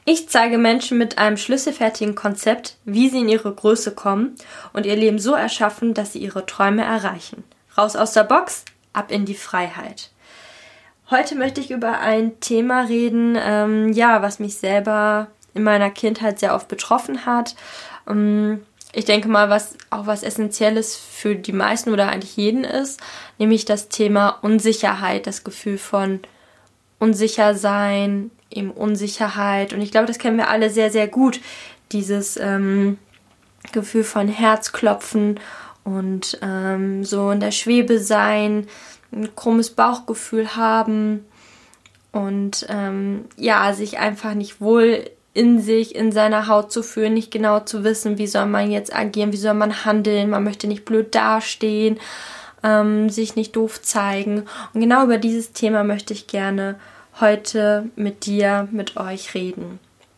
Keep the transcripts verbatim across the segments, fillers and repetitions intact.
Ich zeige Menschen mit einem schlüsselfertigen Konzept, wie sie in ihre Größe kommen und ihr Leben so erschaffen, dass sie ihre Träume erreichen. Raus aus der Box, ab in die Freiheit. Heute möchte ich über ein Thema reden, ähm, ja, was mich selber in meiner Kindheit sehr oft betroffen hat. Ähm, ich denke mal, was auch was Essentielles für die meisten oder eigentlich jeden ist, nämlich das Thema Unsicherheit, das Gefühl von unsicher sein, eben Unsicherheit. Und ich glaube, das kennen wir alle sehr, sehr gut. Dieses ähm, Gefühl von Herzklopfen und ähm, so in der Schwebe sein, ein krummes Bauchgefühl haben und ähm, ja, sich einfach nicht wohl in sich, in seiner Haut zu fühlen, nicht genau zu wissen, wie soll man jetzt agieren, wie soll man handeln, man möchte nicht blöd dastehen, ähm, sich nicht doof zeigen. Und genau über dieses Thema möchte ich gerne heute mit dir, mit euch reden.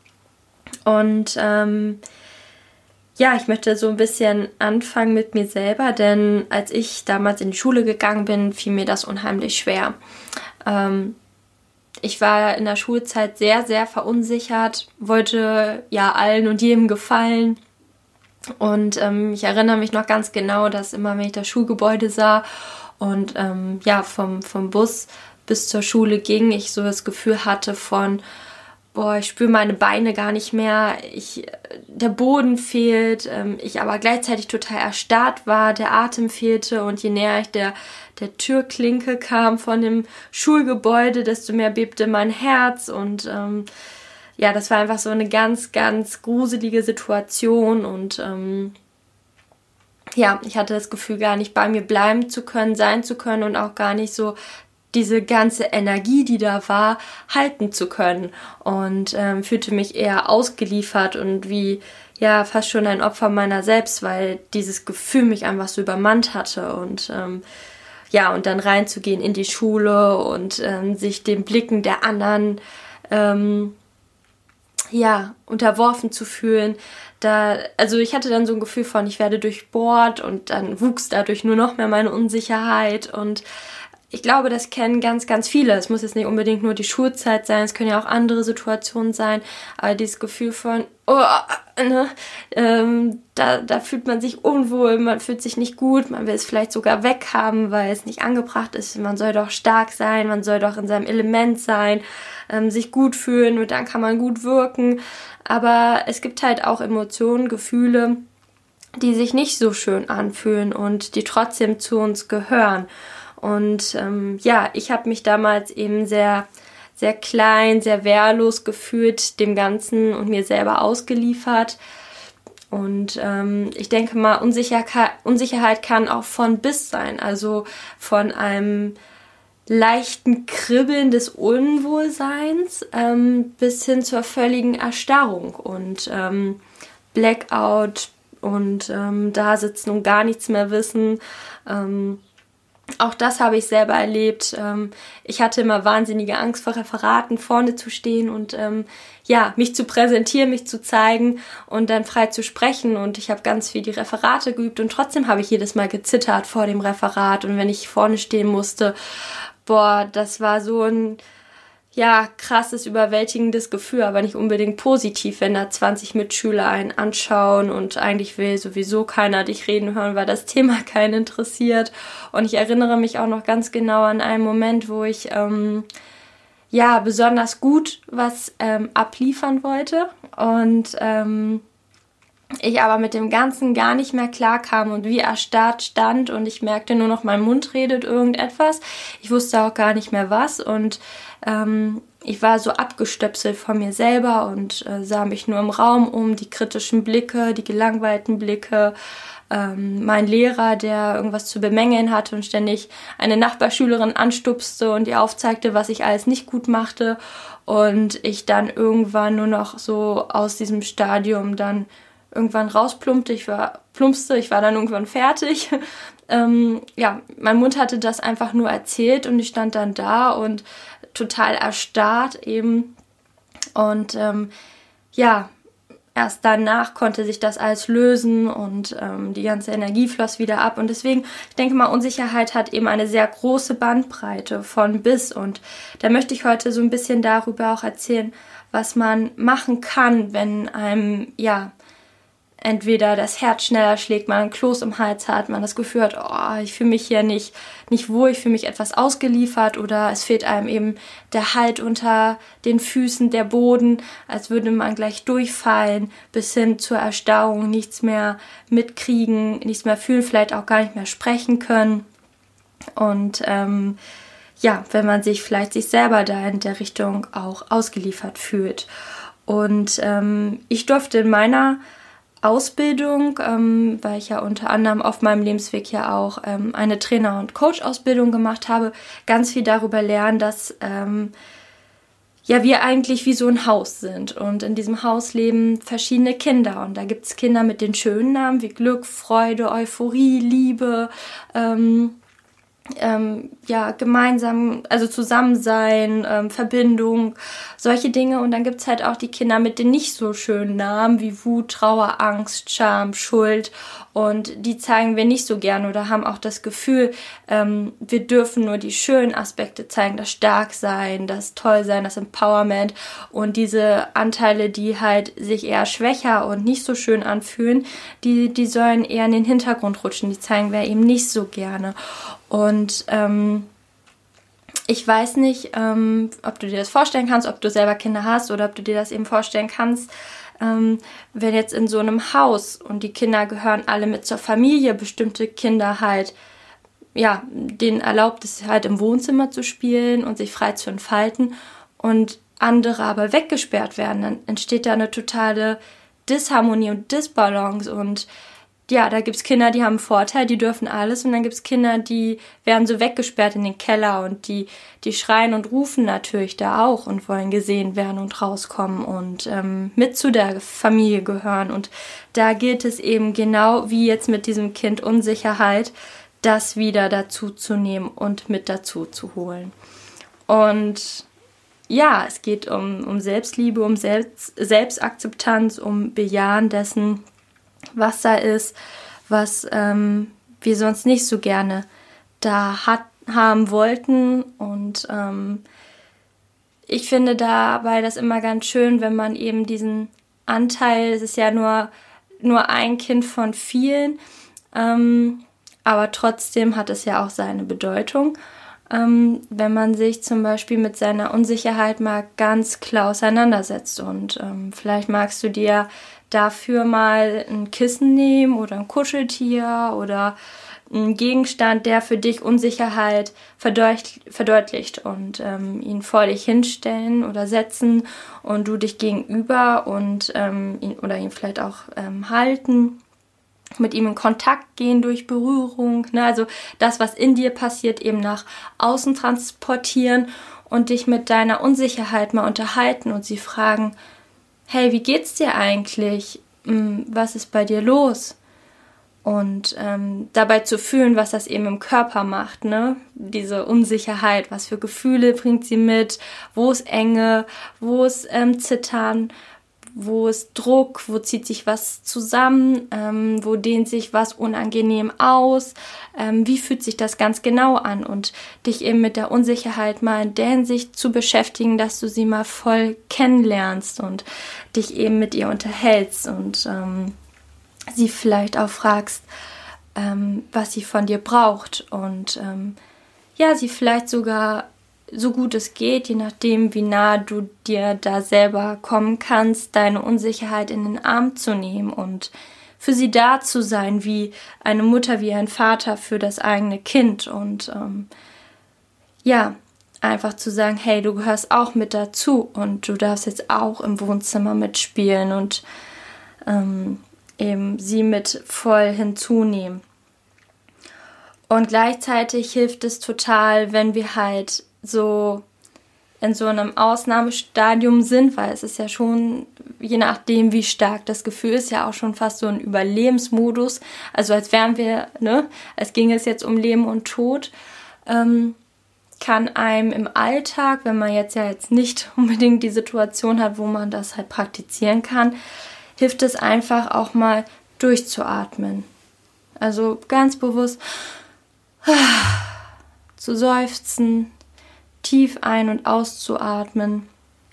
Und ähm, ja, ich möchte so ein bisschen anfangen mit mir selber, denn als ich damals in die Schule gegangen bin, fiel mir das unheimlich schwer. Ähm, ich war in der Schulzeit sehr, sehr verunsichert, wollte ja allen und jedem gefallen. Und ähm, ich erinnere mich noch ganz genau, dass immer, wenn ich das Schulgebäude sah und ähm, ja, vom, vom Bus bis zur Schule ging, ich so das Gefühl hatte von, boah, ich spüre meine Beine gar nicht mehr, ich, der Boden fehlt, ähm, ich aber gleichzeitig total erstarrt war, der Atem fehlte und je näher ich der, der Türklinke kam von dem Schulgebäude, desto mehr bebte mein Herz und ähm, ja, das war einfach so eine ganz, ganz gruselige Situation und ähm, ja, ich hatte das Gefühl, gar nicht bei mir bleiben zu können, sein zu können und auch gar nicht so diese ganze Energie, die da war, halten zu können und ähm, fühlte mich eher ausgeliefert und wie, ja, fast schon ein Opfer meiner selbst, weil dieses Gefühl mich einfach so übermannt hatte und ähm, ja, und dann reinzugehen in die Schule und ähm, sich den Blicken der anderen ähm, ja, unterworfen zu fühlen. Da, also ich hatte dann so ein Gefühl von, ich werde durchbohrt und dann wuchs dadurch nur noch mehr meine Unsicherheit und ich glaube, das kennen ganz, ganz viele. Es muss jetzt nicht unbedingt nur die Schulzeit sein, es können ja auch andere Situationen sein, aber dieses Gefühl von, oh, ne, ähm, da, da fühlt man sich unwohl, man fühlt sich nicht gut, man will es vielleicht sogar weghaben, weil es nicht angebracht ist. Man soll doch stark sein, man soll doch in seinem Element sein, ähm, sich gut fühlen und dann kann man gut wirken. Aber es gibt halt auch Emotionen, Gefühle, die sich nicht so schön anfühlen und die trotzdem zu uns gehören. Und ähm, ja, ich habe mich damals eben sehr, sehr klein, sehr wehrlos gefühlt, dem Ganzen und mir selber ausgeliefert. Und ähm, ich denke mal, Unsicherheit, Unsicherheit kann auch von bis sein, also von einem leichten Kribbeln des Unwohlseins ähm, bis hin zur völligen Erstarrung und ähm, Blackout und ähm, da sitzen und gar nichts mehr wissen. Ähm, Auch das habe ich selber erlebt. Ich hatte immer wahnsinnige Angst vor Referaten, vorne zu stehen und ähm, ja, mich zu präsentieren, mich zu zeigen und dann frei zu sprechen. Und ich habe ganz viel die Referate geübt und trotzdem habe ich jedes Mal gezittert vor dem Referat. Und wenn ich vorne stehen musste, boah, das war so ein ja, krasses, überwältigendes Gefühl, aber nicht unbedingt positiv, wenn da zwanzig Mitschüler einen anschauen und eigentlich will sowieso keiner dich reden hören, weil das Thema keinen interessiert. Und ich erinnere mich auch noch ganz genau an einen Moment, wo ich ähm, ja besonders gut was ähm, abliefern wollte und ähm, ich aber mit dem Ganzen gar nicht mehr klar kam und wie erstarrt stand und ich merkte nur noch, mein Mund redet irgendetwas. Ich wusste auch gar nicht mehr was und ähm, ich war so abgestöpselt von mir selber und äh, sah mich nur im Raum um, die kritischen Blicke, die gelangweilten Blicke, ähm, mein Lehrer, der irgendwas zu bemängeln hatte und ständig eine Nachbarschülerin anstupste und ihr aufzeigte, was ich alles nicht gut machte und ich dann irgendwann nur noch so aus diesem Stadium dann irgendwann rausplumpte, ich war plumpste, ich war dann irgendwann fertig. ähm, ja, mein Mund hatte das einfach nur erzählt und ich stand dann da und total erstarrt eben. Und ähm, ja, erst danach konnte sich das alles lösen und ähm, die ganze Energie floss wieder ab. Und deswegen, ich denke mal, Unsicherheit hat eben eine sehr große Bandbreite von bis. Und da möchte ich heute so ein bisschen darüber auch erzählen, was man machen kann, wenn einem, ja, entweder das Herz schneller schlägt, man einen Kloß im Hals hat, man das Gefühl hat, oh, ich fühle mich hier nicht, nicht wohl, ich fühle mich etwas ausgeliefert, oder es fehlt einem eben der Halt unter den Füßen, der Boden, als würde man gleich durchfallen, bis hin zur Erstarrung, nichts mehr mitkriegen, nichts mehr fühlen, vielleicht auch gar nicht mehr sprechen können. Und ähm, ja, wenn man sich vielleicht sich selber da in der Richtung auch ausgeliefert fühlt. Und ähm, ich durfte in meiner Ausbildung, ähm, weil ich ja unter anderem auf meinem Lebensweg ja auch ähm, eine Trainer- und Coach-Ausbildung gemacht habe, ganz viel darüber lernen, dass ähm, ja wir eigentlich wie so ein Haus sind. Und in diesem Haus leben verschiedene Kinder. Und da gibt es Kinder mit den schönen Namen wie Glück, Freude, Euphorie, Liebe, ähm, Ähm, ja, gemeinsam, also Zusammensein, ähm, Verbindung, solche Dinge. Und dann gibt's halt auch die Kinder mit den nicht so schönen Namen wie Wut, Trauer, Angst, Scham, Schuld. Und die zeigen wir nicht so gern oder haben auch das Gefühl, ähm, wir dürfen nur die schönen Aspekte zeigen, das Starksein, das Tollsein, das Empowerment. Und diese Anteile, die halt sich eher schwächer und nicht so schön anfühlen, die, die sollen eher in den Hintergrund rutschen. Die zeigen wir eben nicht so gerne. Und ähm, ich weiß nicht, ähm, ob du dir das vorstellen kannst, ob du selber Kinder hast oder ob du dir das eben vorstellen kannst, ähm, wenn jetzt in so einem Haus und die Kinder gehören alle mit zur Familie, bestimmte Kinder halt, ja, denen erlaubt es halt im Wohnzimmer zu spielen und sich frei zu entfalten und andere aber weggesperrt werden, dann entsteht da eine totale Disharmonie und Disbalance. Und ja, da gibt's Kinder, die haben einen Vorteil, die dürfen alles, und dann gibt's Kinder, die werden so weggesperrt in den Keller und die die schreien und rufen natürlich da auch und wollen gesehen werden und rauskommen und ähm, mit zu der Familie gehören. Und da gilt es eben genau wie jetzt mit diesem Kind Unsicherheit, das wieder dazu zu nehmen und mit dazu zu holen. Und ja, es geht um, um Selbstliebe, um Selbst, Selbstakzeptanz, um Bejahen dessen, was da ist, was ähm, wir sonst nicht so gerne da hat, haben wollten. Und ähm, ich finde dabei das immer ganz schön, wenn man eben diesen Anteil, es ist ja nur, nur ein Kind von vielen, ähm, aber trotzdem hat es ja auch seine Bedeutung. Ähm, wenn man sich zum Beispiel mit seiner Unsicherheit mal ganz klar auseinandersetzt. Und ähm, vielleicht magst du dir dafür mal ein Kissen nehmen oder ein Kuscheltier oder einen Gegenstand, der für dich Unsicherheit verdeut- verdeutlicht, und ähm, ihn vor dich hinstellen oder setzen und du dich gegenüber und ähm, ihn, oder ihn vielleicht auch ähm, halten, mit ihm in Kontakt gehen durch Berührung, ne? Also das, was in dir passiert, eben nach außen transportieren und dich mit deiner Unsicherheit mal unterhalten und sie fragen: Hey, wie geht's dir eigentlich? Was ist bei dir los? Und ähm, dabei zu fühlen, was das eben im Körper macht, ne? Diese Unsicherheit, was für Gefühle bringt sie mit, wo ist Enge, wo ist ähm, Zittern, wo ist Druck, wo zieht sich was zusammen, ähm, wo dehnt sich was unangenehm aus, ähm, wie fühlt sich das ganz genau an, und dich eben mit der Unsicherheit mal in der Hinsicht zu beschäftigen, dass du sie mal voll kennenlernst und dich eben mit ihr unterhältst und ähm, sie vielleicht auch fragst, ähm, was sie von dir braucht, und ähm, ja, sie vielleicht sogar so gut es geht, je nachdem, wie nah du dir da selber kommen kannst, deine Unsicherheit in den Arm zu nehmen und für sie da zu sein, wie eine Mutter, wie ein Vater für das eigene Kind. Und ähm, ja, einfach zu sagen, hey, du gehörst auch mit dazu und du darfst jetzt auch im Wohnzimmer mitspielen und ähm, eben sie mit voll hinzunehmen. Und gleichzeitig hilft es total, wenn wir halt so in so einem Ausnahmestadium sind, weil es ist ja schon, je nachdem wie stark das Gefühl ist, ja auch schon fast so ein Überlebensmodus, also als wären wir, ne, als ginge es jetzt um Leben und Tod, ähm, kann einem im Alltag, wenn man jetzt ja jetzt nicht unbedingt die Situation hat, wo man das halt praktizieren kann, hilft es einfach auch mal durchzuatmen. Also ganz bewusst zu seufzen, tief ein- und auszuatmen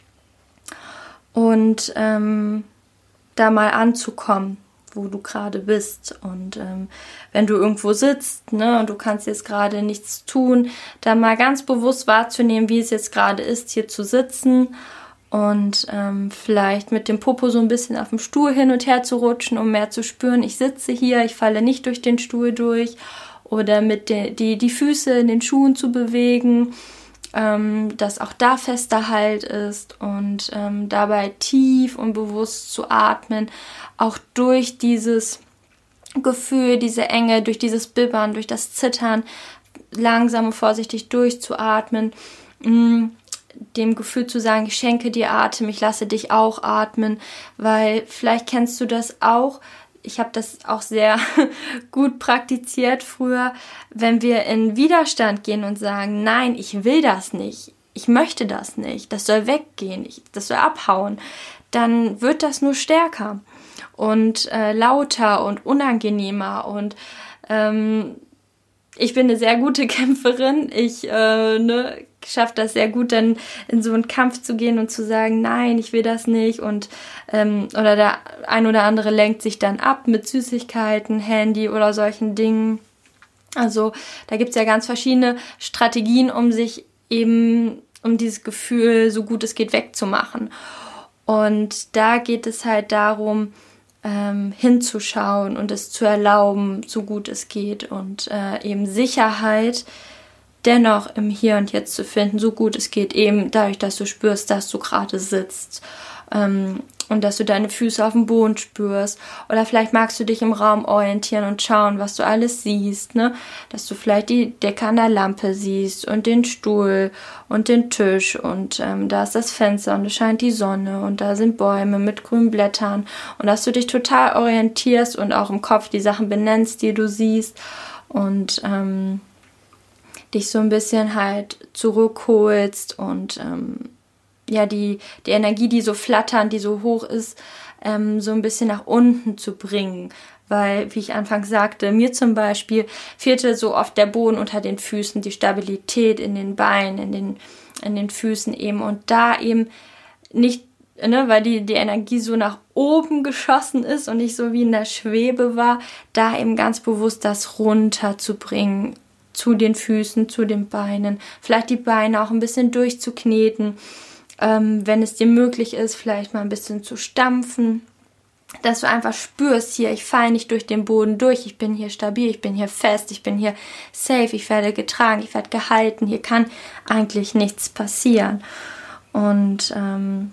und ähm, da mal anzukommen, wo du gerade bist. Und ähm, wenn du irgendwo sitzt, ne, und du kannst jetzt gerade nichts tun, da mal ganz bewusst wahrzunehmen, wie es jetzt gerade ist, hier zu sitzen und ähm, vielleicht mit dem Popo so ein bisschen auf dem Stuhl hin und her zu rutschen, um mehr zu spüren, ich sitze hier, ich falle nicht durch den Stuhl durch, oder mit de, die, die Füße in den Schuhen zu bewegen, ähm, dass auch da fester Halt ist und ähm, dabei tief und bewusst zu atmen, auch durch dieses Gefühl, diese Enge, durch dieses Bibbern, durch das Zittern, langsam und vorsichtig durchzuatmen, mh, dem Gefühl zu sagen, ich schenke dir Atem, ich lasse dich auch atmen, weil vielleicht kennst du das auch. Ich habe das auch sehr gut praktiziert früher, wenn wir in Widerstand gehen und sagen, nein, ich will das nicht, ich möchte das nicht, das soll weggehen, ich, das soll abhauen, dann wird das nur stärker und äh, lauter und unangenehmer und ähm, ich bin eine sehr gute Kämpferin. Ich äh, ne, schaffe das sehr gut, dann in so einen Kampf zu gehen und zu sagen, nein, ich will das nicht. Und ähm, oder der ein oder andere lenkt sich dann ab mit Süßigkeiten, Handy oder solchen Dingen. Also da gibt es ja ganz verschiedene Strategien, um sich eben, um dieses Gefühl so gut es geht wegzumachen. Und da geht es halt darum, Ähm, hinzuschauen und es zu erlauben, so gut es geht und äh, eben Sicherheit dennoch im Hier und Jetzt zu finden, so gut es geht, eben dadurch, dass du spürst, dass du gerade sitzt ähm, und dass du deine Füße auf dem Boden spürst oder vielleicht magst du dich im Raum orientieren und schauen, was du alles siehst, ne? Dass du vielleicht die Decke an der Lampe siehst und den Stuhl und den Tisch und ähm, da ist das Fenster und es scheint die Sonne und da sind Bäume mit grünen Blättern und dass du dich total orientierst und auch im Kopf die Sachen benennst, die du siehst und ähm, dich so ein bisschen halt zurückholst und ähm, ja, die, die Energie, die so flatternd, die so hoch ist, ähm, so ein bisschen nach unten zu bringen. Weil, wie ich anfangs sagte, mir zum Beispiel fehlte so oft der Boden unter den Füßen, die Stabilität in den Beinen, in den, in den Füßen eben. Und da eben nicht, ne, weil die, die Energie so nach oben geschossen ist und nicht so wie in der Schwebe war, da eben ganz bewusst das runterzubringen zu den Füßen, zu den Beinen. Vielleicht die Beine auch ein bisschen durchzukneten. Ähm, wenn es dir möglich ist, vielleicht mal ein bisschen zu stampfen, dass du einfach spürst, hier, ich falle nicht durch den Boden durch, ich bin hier stabil, ich bin hier fest, ich bin hier safe, ich werde getragen, ich werde gehalten, hier kann eigentlich nichts passieren. Und ähm,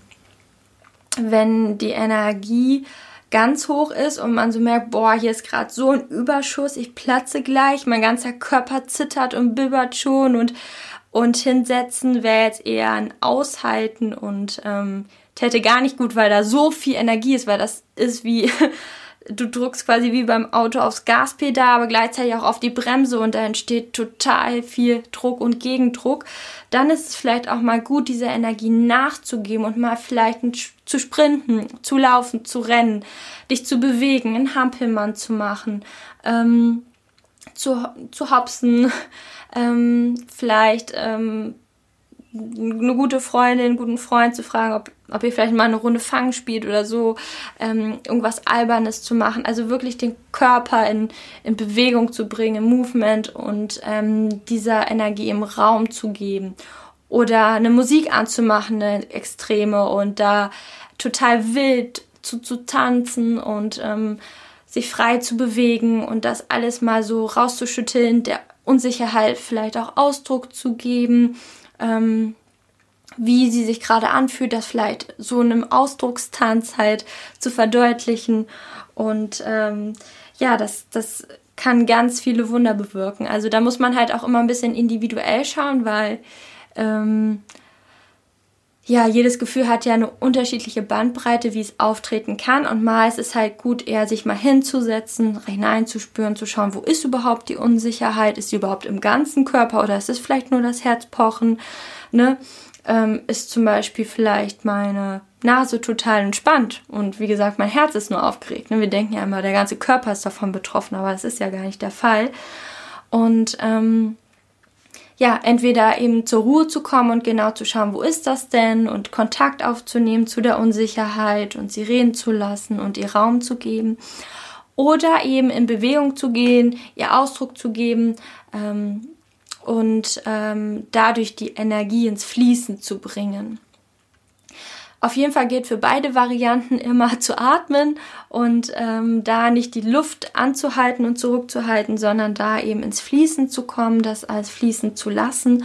wenn die Energie ganz hoch ist und man so merkt, boah, hier ist gerade so ein Überschuss, ich platze gleich, mein ganzer Körper zittert und bibbert schon und Und hinsetzen wäre jetzt eher ein Aushalten und ähm, täte gar nicht gut, weil da so viel Energie ist, weil das ist wie, du drückst quasi wie beim Auto aufs Gaspedal, aber gleichzeitig auch auf die Bremse und da entsteht total viel Druck und Gegendruck. Dann ist es vielleicht auch mal gut, dieser Energie nachzugeben und mal vielleicht ein, zu sprinten, zu laufen, zu rennen, dich zu bewegen, einen Hampelmann zu machen, ähm, zu, zu hopsen, ähm, vielleicht ähm, eine gute Freundin, einen guten Freund zu fragen, ob, ob ihr vielleicht mal eine Runde Fang spielt oder so, ähm, irgendwas Albernes zu machen, also wirklich den Körper in, in Bewegung zu bringen, im Movement und ähm, dieser Energie im Raum zu geben oder eine Musik anzumachen, eine extreme und da total wild zu, zu tanzen und ähm, sich frei zu bewegen und das alles mal so rauszuschütteln, der Unsicherheit vielleicht auch Ausdruck zu geben, ähm, wie sie sich gerade anfühlt, das vielleicht so in einem Ausdruckstanz halt zu verdeutlichen und ähm, ja, das, das kann ganz viele Wunder bewirken. Also da muss man halt auch immer ein bisschen individuell schauen, weil ähm, ja, jedes Gefühl hat ja eine unterschiedliche Bandbreite, wie es auftreten kann und mal ist es halt gut, eher sich mal hinzusetzen, hineinzuspüren, zu schauen, wo ist überhaupt die Unsicherheit, ist sie überhaupt im ganzen Körper oder ist es vielleicht nur das Herzpochen, ne? ähm, ist zum Beispiel vielleicht meine Nase total entspannt und wie gesagt, mein Herz ist nur aufgeregt. Wir denken ja immer, der ganze Körper ist davon betroffen, aber das ist ja gar nicht der Fall. Und ähm, ja, entweder eben zur Ruhe zu kommen und genau zu schauen, wo ist das denn und Kontakt aufzunehmen zu der Unsicherheit und sie reden zu lassen und ihr Raum zu geben oder eben in Bewegung zu gehen, ihr Ausdruck zu geben ähm, und ähm, dadurch die Energie ins Fließen zu bringen. Auf jeden Fall gilt für beide Varianten immer zu atmen und ähm, da nicht die Luft anzuhalten und zurückzuhalten, sondern da eben ins Fließen zu kommen, das als fließen zu lassen.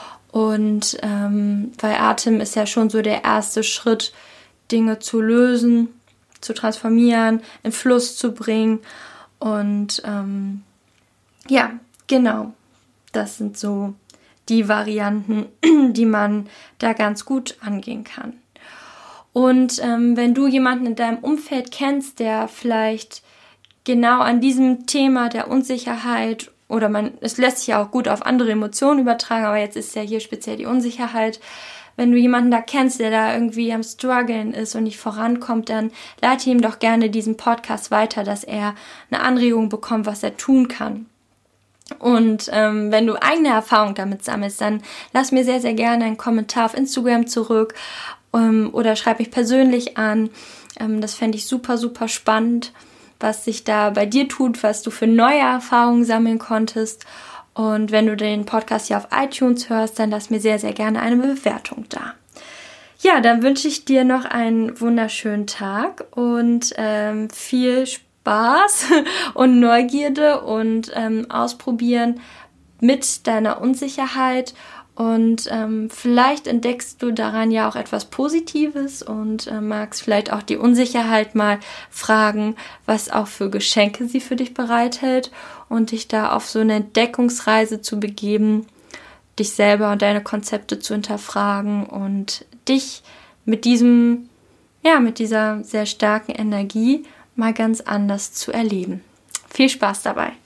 Und ähm, weil Atem ist ja schon so der erste Schritt, Dinge zu lösen, zu transformieren, in Fluss zu bringen. Und ähm, ja, genau, das sind so die Varianten, die man da ganz gut angehen kann. Und ähm, wenn du jemanden in deinem Umfeld kennst, der vielleicht genau an diesem Thema der Unsicherheit oder man, es lässt sich ja auch gut auf andere Emotionen übertragen, aber jetzt ist ja hier speziell die Unsicherheit. Wenn du jemanden da kennst, der da irgendwie am Struggeln ist und nicht vorankommt, dann leite ihm doch gerne diesen Podcast weiter, dass er eine Anregung bekommt, was er tun kann. Und ähm, wenn du eigene Erfahrungen damit sammelst, dann lass mir sehr, sehr gerne einen Kommentar auf Instagram zurück ähm, oder schreib mich persönlich an. Ähm, das fände ich super, super spannend, was sich da bei dir tut, was du für neue Erfahrungen sammeln konntest. Und wenn du den Podcast hier auf iTunes hörst, dann lass mir sehr, sehr gerne eine Bewertung da. Ja, dann wünsche ich dir noch einen wunderschönen Tag und ähm, viel Spaß und Neugierde und ähm, Ausprobieren mit deiner Unsicherheit. Und ähm, vielleicht entdeckst du daran ja auch etwas Positives und äh, magst vielleicht auch die Unsicherheit mal fragen, was auch für Geschenke sie für dich bereithält und dich da auf so eine Entdeckungsreise zu begeben, dich selber und deine Konzepte zu hinterfragen und dich mit diesem, ja, mit dieser sehr starken Energie mal ganz anders zu erleben. Viel Spaß dabei!